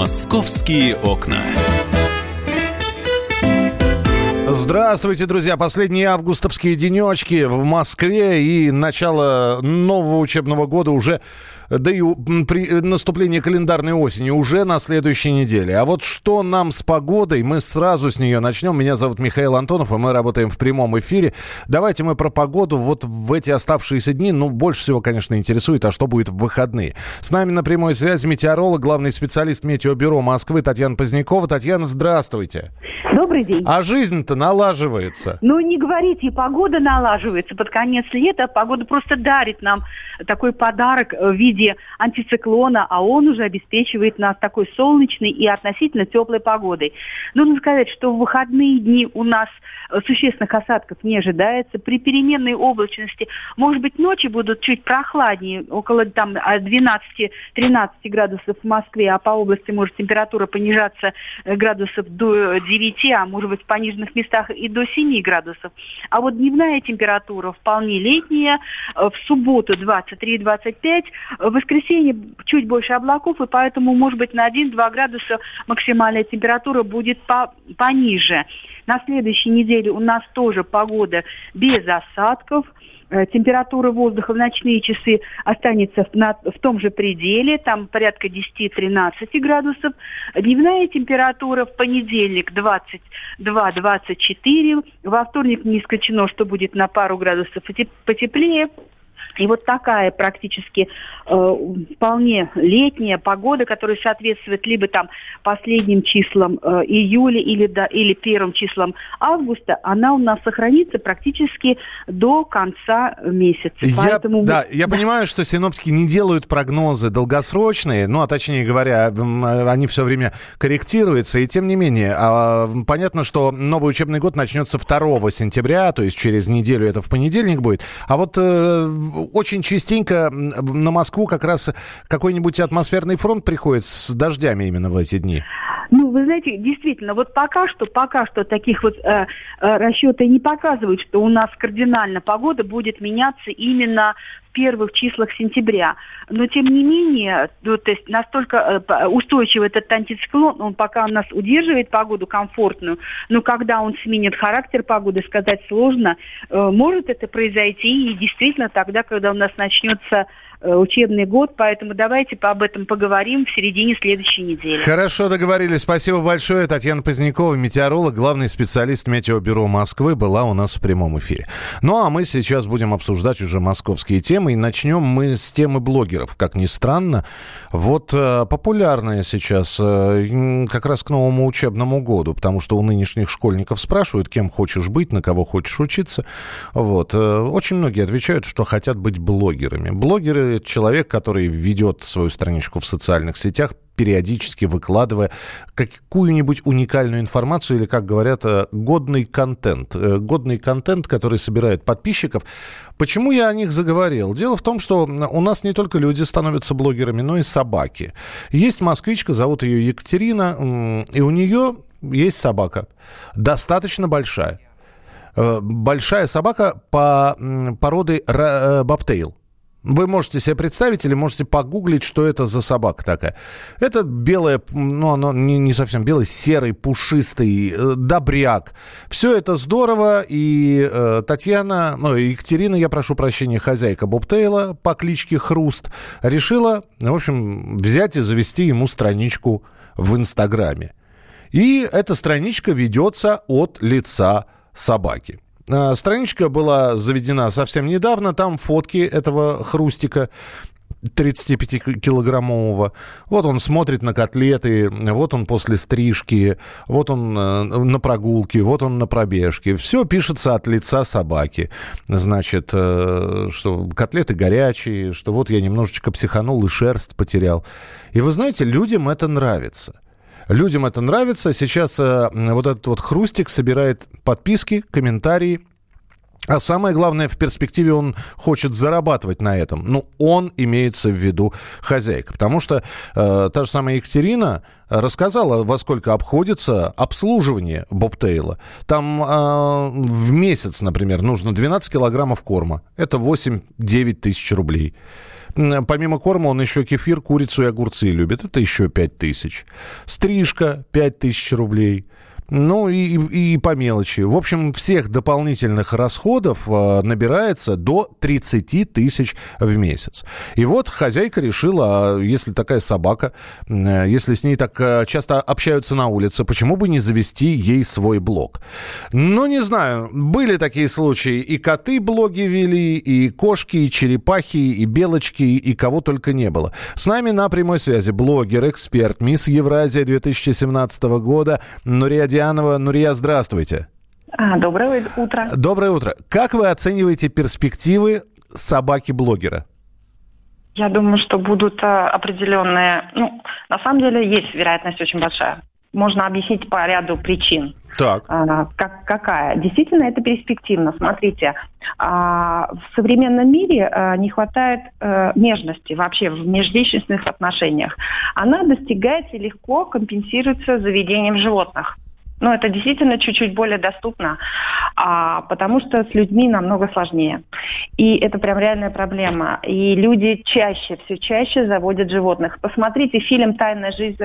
«Московские окна». Здравствуйте, друзья. Последние августовские денечки в Москве и начало нового учебного года уже, да и при наступлении календарной осени уже на следующей неделе. А вот что нам с погодой, мы сразу с нее начнем. Меня зовут Михаил Антонов, и мы работаем в прямом эфире. Давайте мы про погоду вот в эти оставшиеся дни. Больше всего, конечно, интересует, а что будет в выходные. С нами на прямой связи метеоролог, главный специалист Метеобюро Москвы Татьяна Позднякова. Татьяна, здравствуйте. Добрый день. А жизнь-то налаживается. Не говорите, погода налаживается. Под конец лета погода просто дарит нам такой подарок в виде антициклона, а он уже обеспечивает нас такой солнечной и относительно теплой погодой. Нужно сказать, что в выходные дни у нас существенных осадков не ожидается. При переменной облачности, может быть, ночи будут чуть прохладнее, около 12-13 градусов в Москве, а по области может температура понижаться градусов до 9, а может быть в пониженных местах и до 7 градусов. А вот дневная температура вполне летняя, в субботу 23-25, в воскресенье чуть больше облаков, и поэтому, может быть, на 1-2 градуса максимальная температура будет пониже. На следующей неделе у нас тоже погода без осадков. Температура воздуха в ночные часы останется в том же пределе, там порядка 10-13 градусов. Дневная температура в понедельник 22-24, во вторник не исключено, что будет на пару градусов потеплее. И вот такая практически вполне летняя погода, которая соответствует либо последним числам июля или первым числам августа, она у нас сохранится практически до конца месяца. Я понимаю, что синоптики не делают прогнозы долгосрочные, а точнее говоря, они все время корректируются, и тем не менее, понятно, что новый учебный год начнется 2 сентября, то есть через неделю, это в понедельник будет, а вот очень частенько на Москву как раз какой-нибудь атмосферный фронт приходит с дождями именно в эти дни. Вы знаете, действительно, вот пока что таких расчеты не показывают, что у нас кардинально погода будет меняться именно в первых числах сентября. Но, тем не менее, то есть настолько устойчивый этот антициклон, он пока у нас удерживает погоду комфортную, но когда он сменит характер погоды, сказать сложно. Может это произойти и действительно тогда, когда у нас начнется учебный год, поэтому давайте об этом поговорим в середине следующей недели. Хорошо, договорились. Спасибо большое. Татьяна Позднякова, метеоролог, главный специалист Метеобюро Москвы, была у нас в прямом эфире. А мы сейчас будем обсуждать уже московские темы, и начнем мы с темы блогеров. Как ни странно, популярная сейчас как раз к новому учебному году, потому что у нынешних школьников спрашивают, кем хочешь быть, на кого хочешь учиться. Очень многие отвечают, что хотят быть блогерами. Блогеры — человек, который ведет свою страничку в социальных сетях, периодически выкладывая какую-нибудь уникальную информацию или, как говорят, годный контент. Годный контент, который собирает подписчиков. Почему я о них заговорил? Дело в том, что у нас не только люди становятся блогерами, но и собаки. Есть москвичка, зовут ее Екатерина, и у нее есть собака, достаточно большая. Большая собака по породе бобтейл. Вы можете себе представить или можете погуглить, что это за собака такая. Это белая, она не совсем белая, серый, пушистый, добряк. Все это здорово, и Екатерина, я прошу прощения, хозяйка бобтейла по кличке Хруст, решила, взять и завести ему страничку в Инстаграме. И эта страничка ведется от лица собаки. Страничка была заведена совсем недавно. Там фотки этого Хрустика 35-килограммового. Он смотрит на котлеты, он после стрижки, он на прогулке, он на пробежке. Все пишется от лица собаки. Значит, что котлеты горячие, что я немножечко психанул и шерсть потерял. И вы знаете, людям это нравится. Людям это нравится. Сейчас этот Хрустик собирает подписки, комментарии. А самое главное, в перспективе он хочет зарабатывать на этом. Он имеется в виду хозяйка. Потому что та же самая Екатерина рассказала, во сколько обходится обслуживание бобтейла. Там в месяц, например, нужно 12 килограммов корма. Это 8-9 тысяч рублей. Помимо корма он еще кефир, курицу и огурцы любит. Это еще 5000. Стрижка 5000 рублей. Ну и по мелочи. В общем, всех дополнительных расходов набирается до 30 тысяч в месяц. И вот хозяйка решила, если такая собака, если с ней так часто общаются на улице, почему бы не завести ей свой блог? Ну, не знаю, были такие случаи. И коты блоги вели, и кошки, и черепахи, и белочки, и кого только не было. С нами на прямой связи блогер, эксперт, мисс Евразия 2017 года Нурия Дианова. Нурия, здравствуйте. Доброе утро. Доброе утро. Как вы оцениваете перспективы собаки-блогера? Я думаю, что будут определенные... на самом деле есть вероятность очень большая. Можно объяснить по ряду причин. Так. Какая? Действительно, это перспективно. Смотрите, в современном мире не хватает нежности вообще в межличностных отношениях. Она достигается и легко компенсируется заведением животных. Но это действительно чуть-чуть более доступно, потому что с людьми намного сложнее. И это прям реальная проблема. И люди все чаще заводят животных. Посмотрите фильм «Тайная жизнь»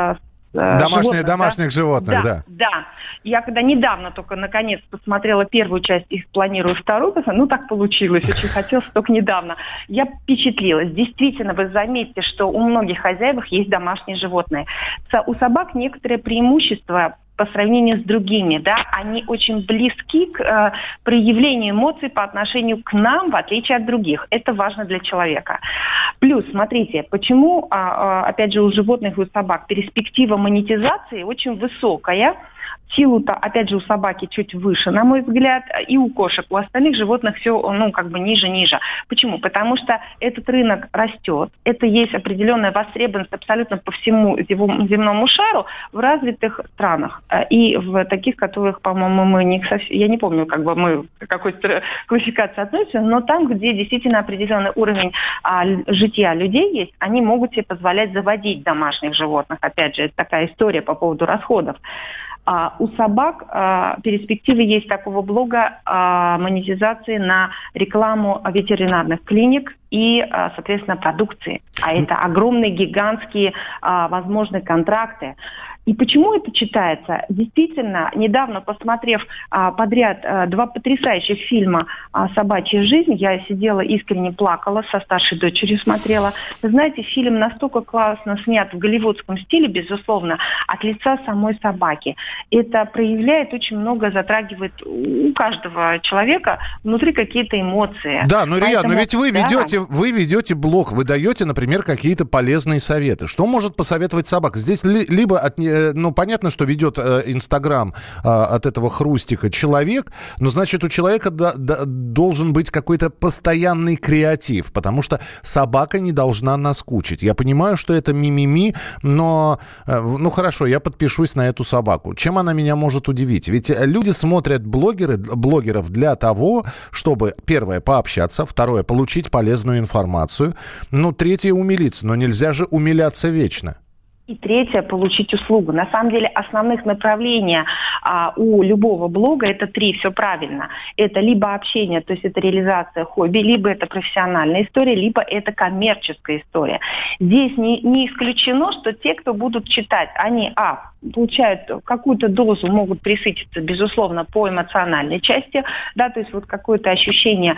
домашних животных, да. Да. Я когда недавно только наконец посмотрела первую часть и планирую вторую, так получилось, очень хотелось, только недавно. Я впечатлилась. Действительно, вы заметите, что у многих хозяев есть домашние животные. У собак некоторые преимущества по сравнению с другими, да, они очень близки к проявлению эмоций по отношению к нам, в отличие от других. Это важно для человека. Плюс, смотрите, почему, опять же, у животных и у собак перспектива монетизации очень высокая. Силу-то, опять же, у собаки чуть выше, на мой взгляд, и у кошек. У остальных животных все, ниже-ниже. Почему? Потому что этот рынок растет, это есть определенная востребованность абсолютно по всему земному шару в развитых странах. И в таких, которых, по-моему, мы не совсем... Я не помню, мы к какой классификации относимся, но там, где действительно определенный уровень жития людей есть, они могут себе позволять заводить домашних животных. Опять же, это такая история по поводу расходов. У собак перспективы есть такого блога монетизации на рекламу ветеринарных клиник и, соответственно, продукции. А это огромные, гигантские, возможные контракты. И почему это читается? Действительно, недавно, посмотрев подряд 2 потрясающих фильма «Собачья жизнь», я сидела искренне плакала, со старшей дочерью смотрела. Вы знаете, фильм настолько классно снят в голливудском стиле, безусловно, от лица самой собаки. Это проявляет очень много, затрагивает у каждого человека внутри какие-то эмоции. Да, Нурия, но ведь вы ведете блог, вы даете, например, какие-то полезные советы. Что может посоветовать собака? Здесь либо понятно, что ведет Инстаграм от этого хрустика человек, но, значит, у человека должен быть какой-то постоянный креатив, потому что собака не должна наскучить. Я понимаю, что это мимими, но, хорошо, я подпишусь на эту собаку. Чем она меня может удивить? Ведь люди смотрят блогеров для того, чтобы, первое, пообщаться, второе, получить полезную информацию, третье, умилиться. Но нельзя же умиляться вечно. И третье – получить услугу. На самом деле основных направлений у любого блога – это 3, все правильно. Это либо общение, то есть это реализация хобби, либо это профессиональная история, либо это коммерческая история. Здесь не исключено, что те, кто будут читать, они, получают какую-то дозу, могут присытиться, безусловно, по эмоциональной части, да, то есть вот какое-то ощущение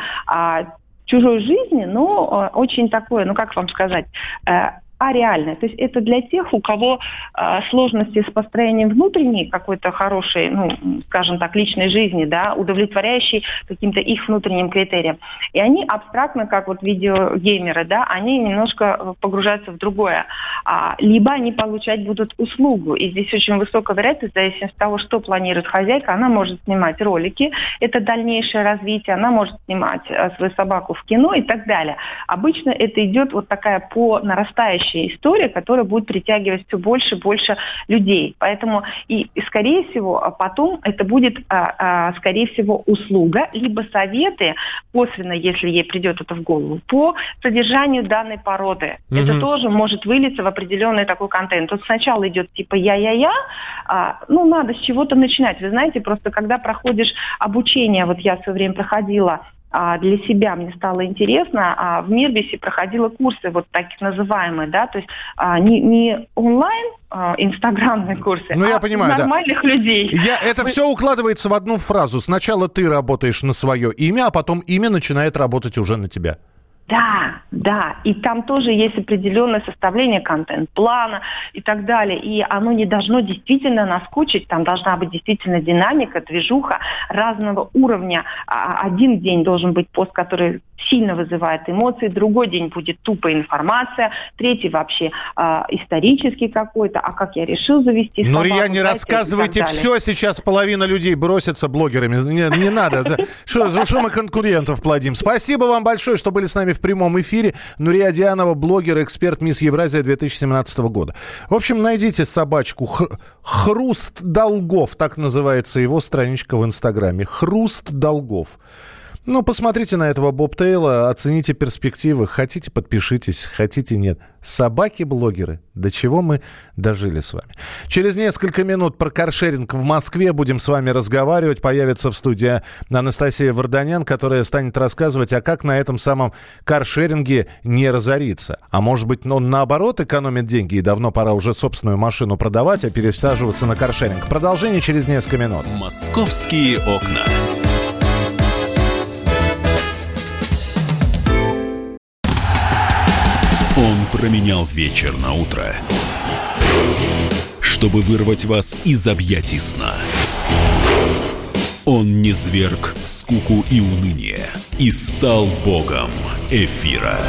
чужой жизни, но очень такое, как вам сказать, реальное. То есть это для тех, у кого сложности с построением внутренней какой-то хорошей, скажем так, личной жизни, да, удовлетворяющей каким-то их внутренним критериям. И они абстрактно, как вот видеогеймеры, да, они немножко погружаются в другое. Либо они получать будут услугу. И здесь очень высокая вероятность, в зависимости от того, что планирует хозяйка, она может снимать ролики, это дальнейшее развитие, она может снимать свою собаку в кино и так далее. Обычно это идет вот такая по нарастающей история, которая будет притягивать все больше и больше людей. Поэтому и скорее всего, потом это будет, скорее всего, услуга, либо советы, косвенно, если ей придет это в голову, по содержанию данной породы. Mm-hmm. Это тоже может вылиться в определенный такой контент. Тут сначала идет типа я-я-я, надо с чего-то начинать. Вы знаете, просто когда проходишь обучение, вот я в свое время проходила для себя мне стало интересно, в Мирбисе проходила курсы вот так называемые, да, то есть не онлайн инстаграмные курсы, я понимаю, нормальных людей. Это все укладывается в одну фразу. Сначала ты работаешь на свое имя, а потом имя начинает работать уже на тебя. Да. И там тоже есть определенное составление контент-плана и так далее. И оно не должно действительно наскучить. Там должна быть действительно динамика, движуха разного уровня. Один день должен быть пост, который сильно вызывает эмоции. Другой день будет тупая информация. Третий вообще исторический какой-то. А как я решил завести собаку. Нурия, не рассказывайте все. Сейчас половина людей бросятся блогерами. Не надо. Что мы конкурентов плодим? Спасибо вам большое, что были с нами в прямом эфире. Нурия Дианова, блогер, эксперт «Мисс Евразия» 2017 года. В общем, найдите собачку «Хруст Долгов», так называется его страничка в Инстаграме. «Хруст Долгов». Посмотрите на этого бобтейла, оцените перспективы. Хотите, подпишитесь, хотите, нет. Собаки-блогеры. До чего мы дожили с вами. Через несколько минут про каршеринг в Москве будем с вами разговаривать. Появится в студии Анастасия Варданян, которая станет рассказывать, а как на этом самом каршеринге не разориться. А может быть, он наоборот экономит деньги, и давно пора уже собственную машину продавать, а пересаживаться на каршеринг. Продолжение через несколько минут. «Московские окна». Он променял вечер на утро, чтобы вырвать вас из объятий сна. Он низвергг скуку и уныние и стал богом эфира.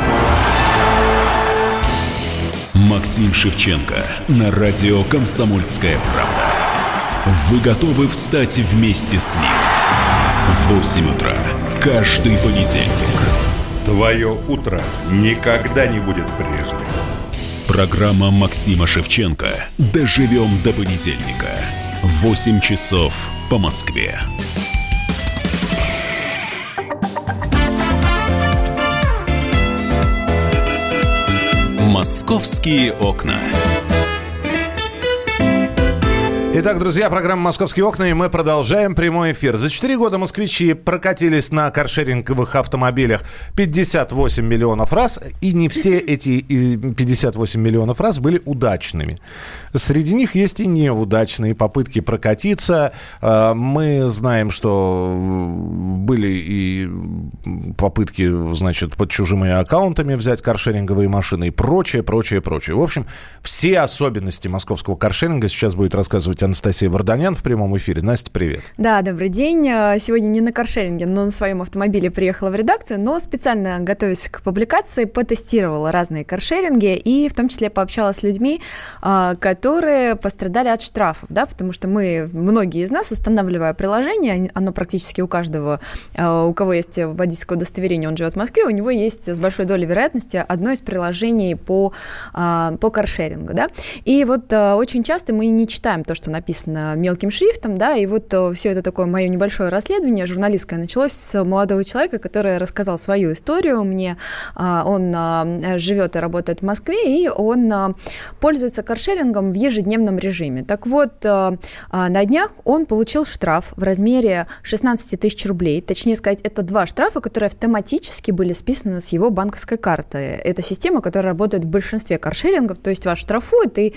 Максим Шевченко на радио «Комсомольская правда». Вы готовы встать вместе с ним? В 8 утра каждый понедельник. Твое утро никогда не будет прежним. Программа Максима Шевченко «Доживем до понедельника». 8 часов по Москве. «Московские окна». Итак, друзья, программа «Московские окна», и мы продолжаем прямой эфир. За 4 года москвичи прокатились на каршеринговых автомобилях 58 миллионов раз, и не все эти 58 миллионов раз были удачными. Среди них есть и неудачные попытки прокатиться. Мы знаем, что были и попытки, значит, под чужими аккаунтами взять каршеринговые машины и прочее. В общем, все особенности московского каршеринга сейчас будет рассказывать Анастасия Варданян в прямом эфире. Настя, привет. Да, добрый день. Сегодня не на каршеринге, но на своем автомобиле приехала в редакцию, но специально, готовясь к публикации, потестировала разные каршеринги и в том числе пообщалась с людьми, которые пострадали от штрафов, да, потому что многие из нас, устанавливая приложение, оно практически у каждого, у кого есть водительское удостоверение, он живет в Москве, у него есть с большой долей вероятности одно из приложений по каршерингу, да, и вот очень часто мы не читаем то, что написано мелким шрифтом, да, и вот все это такое мое небольшое расследование журналистское началось с молодого человека, который рассказал свою историю мне. Он живет и работает в Москве, и он пользуется каршерингом в ежедневном режиме. Так вот, на днях он получил штраф в размере 16 тысяч рублей. Точнее сказать, это 2 штрафа, которые автоматически были списаны с его банковской карты. Это система, которая работает в большинстве каршерингов, то есть вас штрафуют и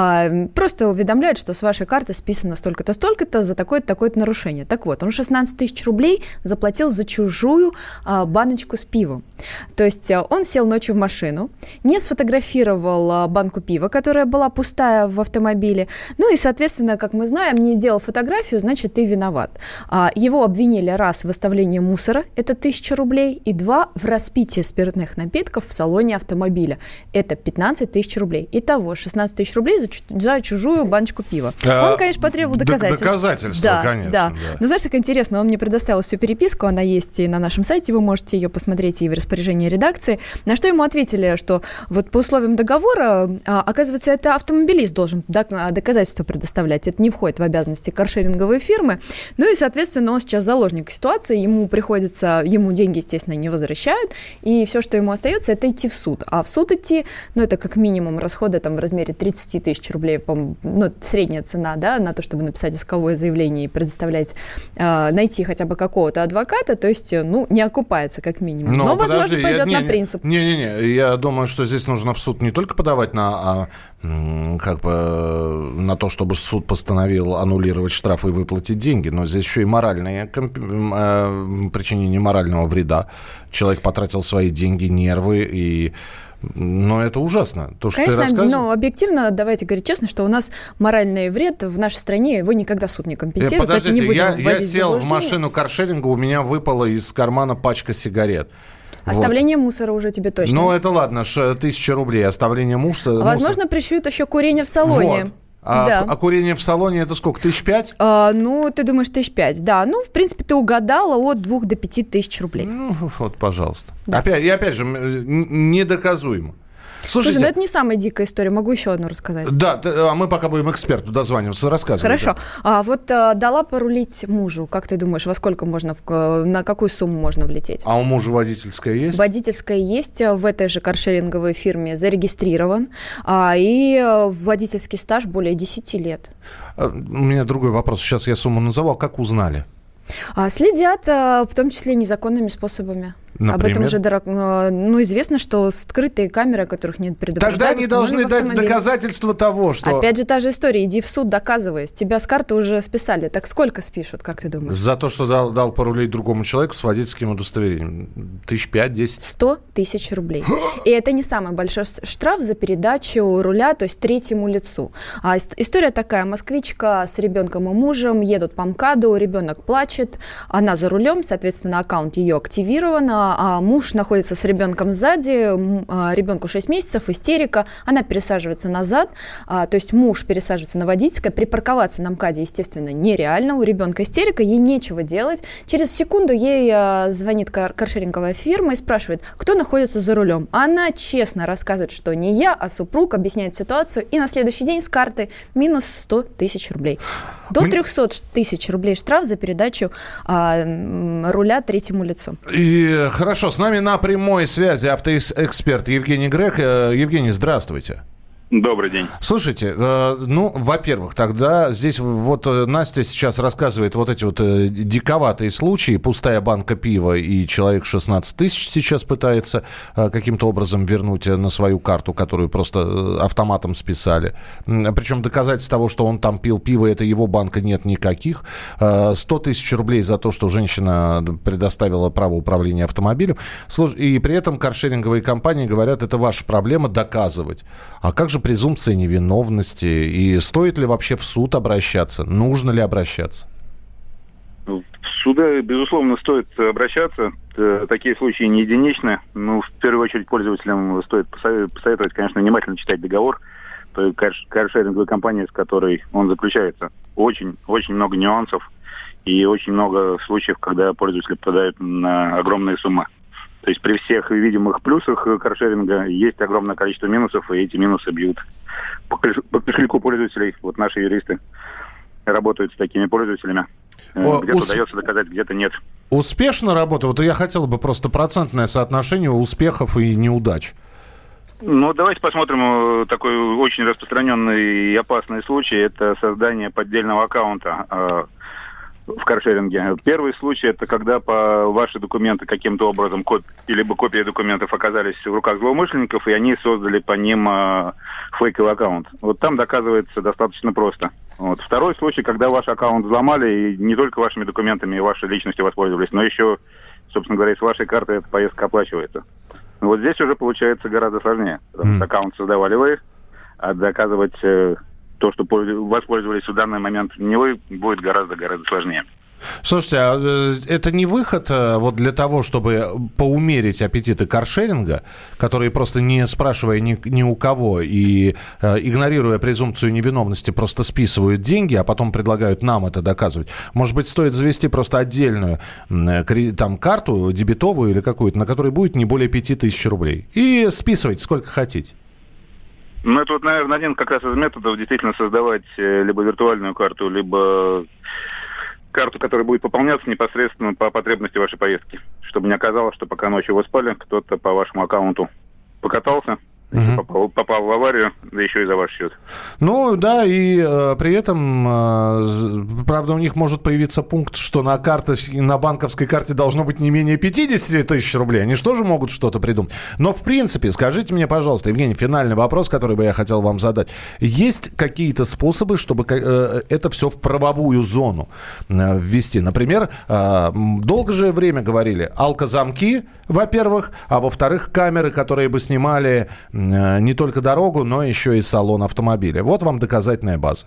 просто уведомляют, что с вашей карты списано столько-то, столько-то за такое-то, такое-то нарушение. Так вот, он 16 тысяч рублей заплатил за чужую баночку с пивом. То есть он сел ночью в машину, не сфотографировал банку пива, которая была пустая в автомобиле, ну и, соответственно, как мы знаем, не сделал фотографию, значит, ты виноват. Его обвинили раз в выставлении мусора, это 1000 рублей, и 2 в распитии спиртных напитков в салоне автомобиля, это 15 тысяч рублей. Итого 16 тысяч рублей за чужую баночку пива. Он, конечно, потребовал доказательств. Доказательства, да, конечно. Да. Но знаешь, как интересно, он мне предоставил всю переписку, она есть и на нашем сайте, вы можете ее посмотреть и в распоряжении редакции, на что ему ответили, что вот по условиям договора, оказывается, это автомобилист должен доказательства предоставлять, это не входит в обязанности каршеринговой фирмы, ну и, соответственно, он сейчас заложник ситуации, ему деньги, естественно, не возвращают, и все, что ему остается, это идти в суд, а в суд идти, это как минимум расходы там в размере 30 тысяч рублей, средняя цена цена, да, на то, чтобы написать исковое заявление и предоставлять, найти хотя бы какого-то адвоката, то есть, не окупается как минимум. Но возможно, пойдет на принцип. Не-не-не, я думаю, что здесь нужно в суд не только подавать на то, чтобы суд постановил аннулировать штраф и выплатить деньги, но здесь еще и причинение морального вреда. Человек потратил свои деньги, нервы, но это ужасно. То, что конечно, ты рассказываешь. Но объективно, давайте говорить честно, что у нас моральный вред в нашей стране, его никогда суд не компенсирует. Подождите, я сел в машину каршеринга, у меня выпала из кармана пачка сигарет. Оставление мусора уже тебе точно. Ну, это ладно, 1000 рублей. Оставление мусора. Возможно, пришьют еще курение в салоне. Вот. А курение в салоне это сколько? 5 000? Ты думаешь, 5 000, да. В принципе, ты угадала от 2 до 5 тысяч рублей. Вот, пожалуйста. Да. Опять же, недоказуемо. Слушай, это не самая дикая история. Могу еще одну рассказать. Да, а мы пока будем эксперту дозваниваться. Рассказывай. Хорошо. Да. Дала порулить мужу. Как ты думаешь, во сколько на какую сумму можно влететь? А у мужа водительская есть? Водительская есть. В этой же каршеринговой фирме зарегистрирован. И водительский стаж более 10 лет. У меня другой вопрос. Сейчас я сумму назову. А как узнали? Следят, в том числе, незаконными способами. Например? Об этом уже известно, что скрытые камеры, о которых не предупреждают. Тогда они должны дать доказательства того, что... Опять же, та же история. Иди в суд, доказывай. С тебя с карты уже списали. Так сколько спишут, как ты думаешь? За то, что дал порулить другому человеку с водительским удостоверением. 5-10 тысяч? 100 тысяч рублей. И это не самый большой штраф за передачу руля, то есть третьему лицу. История такая. Москвичка с ребенком и мужем едут по МКАДу, ребенок плачет, она за рулем, соответственно, аккаунт ее активирован, а муж находится с ребенком сзади, ребенку 6 месяцев, истерика, она пересаживается назад, то есть муж пересаживается на водительское, припарковаться на МКАДе, естественно, нереально, у ребенка истерика, ей нечего делать. Через секунду ей звонит каршеринговая фирма и спрашивает, кто находится за рулем. Она честно рассказывает, что не я, а супруг, объясняет ситуацию, и на следующий день с карты минус 100 тысяч рублей. До 300 тысяч рублей штраф за передачу руля третьему лицу. Хорошо, с нами на прямой связи автоэксперт Евгений Грек. Евгений, здравствуйте. Добрый день. Слушайте, во-первых, тогда здесь вот Настя сейчас рассказывает вот эти вот диковатые случаи. Пустая банка пива, и человек 16 тысяч сейчас пытается каким-то образом вернуть на свою карту, которую просто автоматом списали. Причем доказательств того, что он там пил пиво, это его банка, нет никаких. 100 тысяч рублей за то, что женщина предоставила право управления автомобилем. И при этом каршеринговые компании говорят, это ваша проблема доказывать. А как же презумпция невиновности? И стоит ли вообще в суд обращаться? Нужно ли обращаться? В суды, безусловно, стоит обращаться. Такие случаи не единичны. В первую очередь пользователям стоит посоветовать, конечно, внимательно читать договор той каршеринговой компании, с которой он заключается. Очень много нюансов и очень много случаев, когда пользователи попадают на огромные суммы. То есть при всех видимых плюсах каршеринга есть огромное количество минусов, и эти минусы бьют по кошельку пользователей. Вот наши юристы работают с такими пользователями. Где-то удается доказать, где-то нет. Успешно работает? Вот я хотел бы просто процентное соотношение успехов и неудач. Давайте посмотрим такой очень распространенный и опасный случай. Это создание поддельного аккаунта в каршеринге. Первый случай — это когда ваши документы каким-то образом, либо копии документов оказались в руках злоумышленников, и они создали по ним фейковый аккаунт. Вот там доказывается достаточно просто. Второй случай, когда ваш аккаунт взломали, и не только вашими документами и вашей личностью воспользовались, но еще, собственно говоря, с вашей карты эта поездка оплачивается. Вот здесь уже получается гораздо сложнее. Потому что аккаунт создавали вы, а доказывать то, что воспользовались в данный момент не вы, будет гораздо сложнее. Слушайте, а это не выход вот для того, чтобы поумерить аппетиты каршеринга, которые просто не спрашивая ни у кого и игнорируя презумпцию невиновности, просто списывают деньги, а потом предлагают нам это доказывать? Может быть, стоит завести просто отдельную карту дебетовую или какую-то, на которой будет не более 5000 рублей, и списывать сколько хотите? Это вот, наверное, один как раз из методов действительно создавать либо виртуальную карту, либо карту, которая будет пополняться непосредственно по потребности вашей поездки. Чтобы не оказалось, что пока ночью вы спали, кто-то по вашему аккаунту покатался Попал в аварию, да еще и за ваш счет. Ну, да, и при этом, правда, у них может появиться пункт, что на банковской карте должно быть не менее 50 тысяч рублей. Они же тоже могут что-то придумать. Но, в принципе, скажите мне, пожалуйста, Евгений, финальный вопрос, который бы я хотел вам задать. Есть какие-то способы, чтобы это все в правовую зону ввести? Например, долгое же время говорили, алкозамки, во-первых, а во-вторых, камеры, которые бы снимали не только дорогу, но еще и салон автомобиля. Вот вам доказательная база.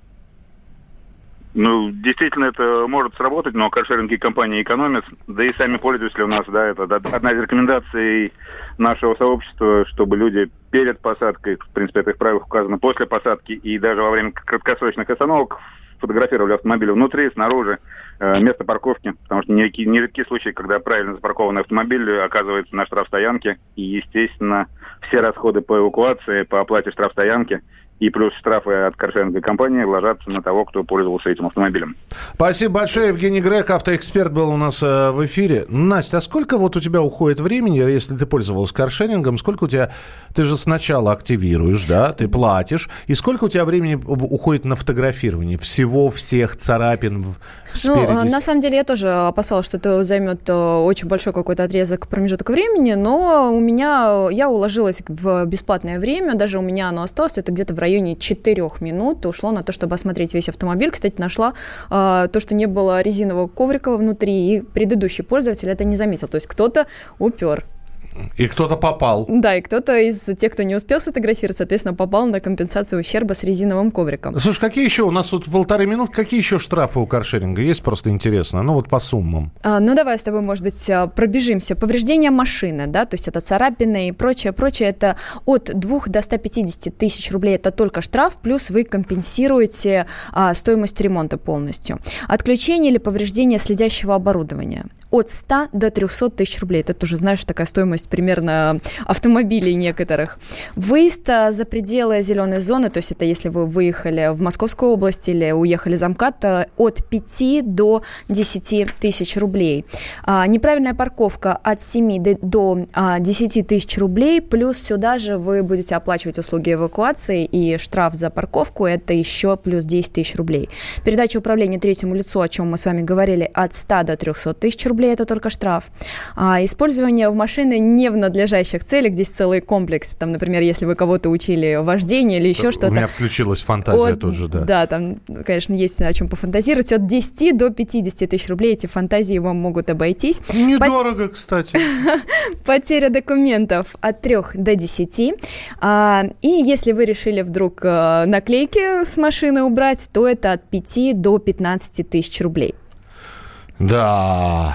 Ну, действительно, это может сработать, но каршеринговые компании экономят, да и сами пользователи у нас, да, это одна из рекомендаций нашего сообщества, чтобы люди перед посадкой, в принципе, это в правилах указано, после посадки и даже во время краткосрочных остановок фотографировали автомобили внутри, снаружи, место парковки, потому что нередки случаи, когда правильно запаркованный автомобиль оказывается на штрафстоянке, и, естественно, все расходы по эвакуации, по оплате штрафстоянки и плюс штрафы от каршеринговой компании ложатся на того, кто пользовался этим автомобилем. Спасибо большое. Евгений Грек, автоэксперт, был у нас в эфире. Настя, а сколько вот у тебя уходит времени, если ты пользовалась каршерингом, сколько у тебя... Ты же сначала активируешь, да, ты платишь, и сколько у тебя времени уходит на фотографирование всех царапин спереди? Ну, на самом деле, я тоже опасалась, что это займет очень большой какой-то отрезок, промежуток времени, но я уложилась в бесплатное время, даже у меня оно осталось, это где-то в районе 4 минут ушло на то, чтобы осмотреть весь автомобиль. Кстати, нашла то, что не было резинового коврика внутри, и предыдущий пользователь это не заметил. То есть кто-то упер. И кто-то попал. Да, и кто-то из тех, кто не успел сфотографировать, соответственно, попал на компенсацию ущерба с резиновым ковриком. Слушай, какие еще? У нас тут 1,5 минуты. Какие еще штрафы у каршеринга? Есть просто интересно. Ну, вот по суммам. Ну, давай с тобой, может быть, пробежимся. Повреждение машины, да, то есть это царапины и прочее. Это от 2 до 150 тысяч рублей. Это только штраф, плюс вы компенсируете стоимость ремонта полностью. Отключение или повреждение следящего оборудования. От 100 до 300 тысяч рублей. Это тоже, знаешь, такая стоимость примерно автомобилей некоторых. Выезд за пределы зеленой зоны, то есть это если вы выехали в Московскую область или уехали за МКАД, от 5 до 10 тысяч рублей. Неправильная парковка от 7 до 10 тысяч рублей, плюс сюда же вы будете оплачивать услуги эвакуации, и штраф за парковку это еще плюс 10 тысяч рублей. Передача управления третьему лицу, о чем мы с вами говорили, от 100 до 300 тысяч рублей, это только штраф. Использование в машины не в надлежащих целях, здесь целый комплекс. Там, например, если вы кого-то учили вождению или еще что-то. У меня включилась фантазия тут же, да. Да, там, конечно, есть о чем пофантазировать. От 10 до 50 тысяч рублей эти фантазии вам могут обойтись. Недорого, кстати. Потеря документов от 3 до 10. И если вы решили вдруг наклейки с машины убрать, то это от 5 до 15 тысяч рублей. Да,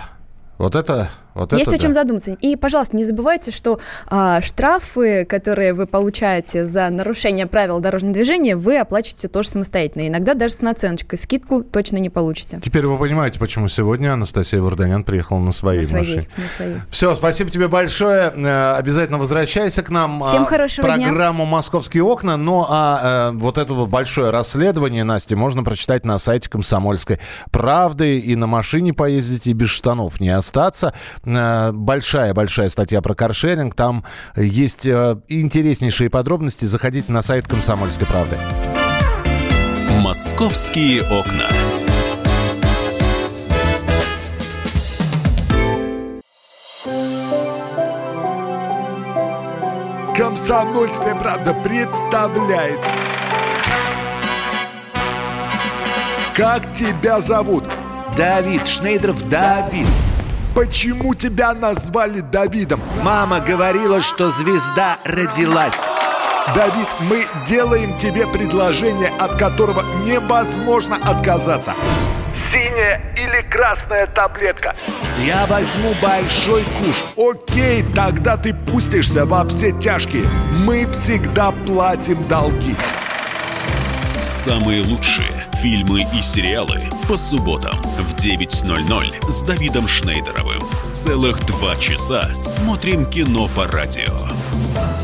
Есть о чем задуматься. И, пожалуйста, не забывайте, что штрафы, которые вы получаете за нарушение правил дорожного движения, вы оплачиваете тоже самостоятельно. Иногда даже с наценочкой. Скидку точно не получите. Теперь вы понимаете, почему сегодня Анастасия Варданян приехала на своей машине. Все, спасибо тебе большое. Обязательно возвращайся к нам. Всем хорошего дня. Программу «Московские окна». Ну, вот это вот большое расследование, Настя, можно прочитать на сайте «Комсомольской правды». И на машине поездить, и без штанов не остаться. Большая статья про каршеринг. Там есть интереснейшие подробности. Заходите на сайт «Комсомольской правды». «Московские окна». «Комсомольская правда» представляет. Как тебя зовут? Давид. Шнейдров Давид. Почему тебя назвали Давидом? Мама говорила, что звезда родилась. Давид, мы делаем тебе предложение, от которого невозможно отказаться. Синяя или красная таблетка? Я возьму большой куш. Окей, тогда ты пустишься во все тяжкие. Мы всегда платим долги. Самые лучшие фильмы и сериалы по субботам в 9:00 с Давидом Шнейдеровым. Целых 2 часа смотрим кино по радио.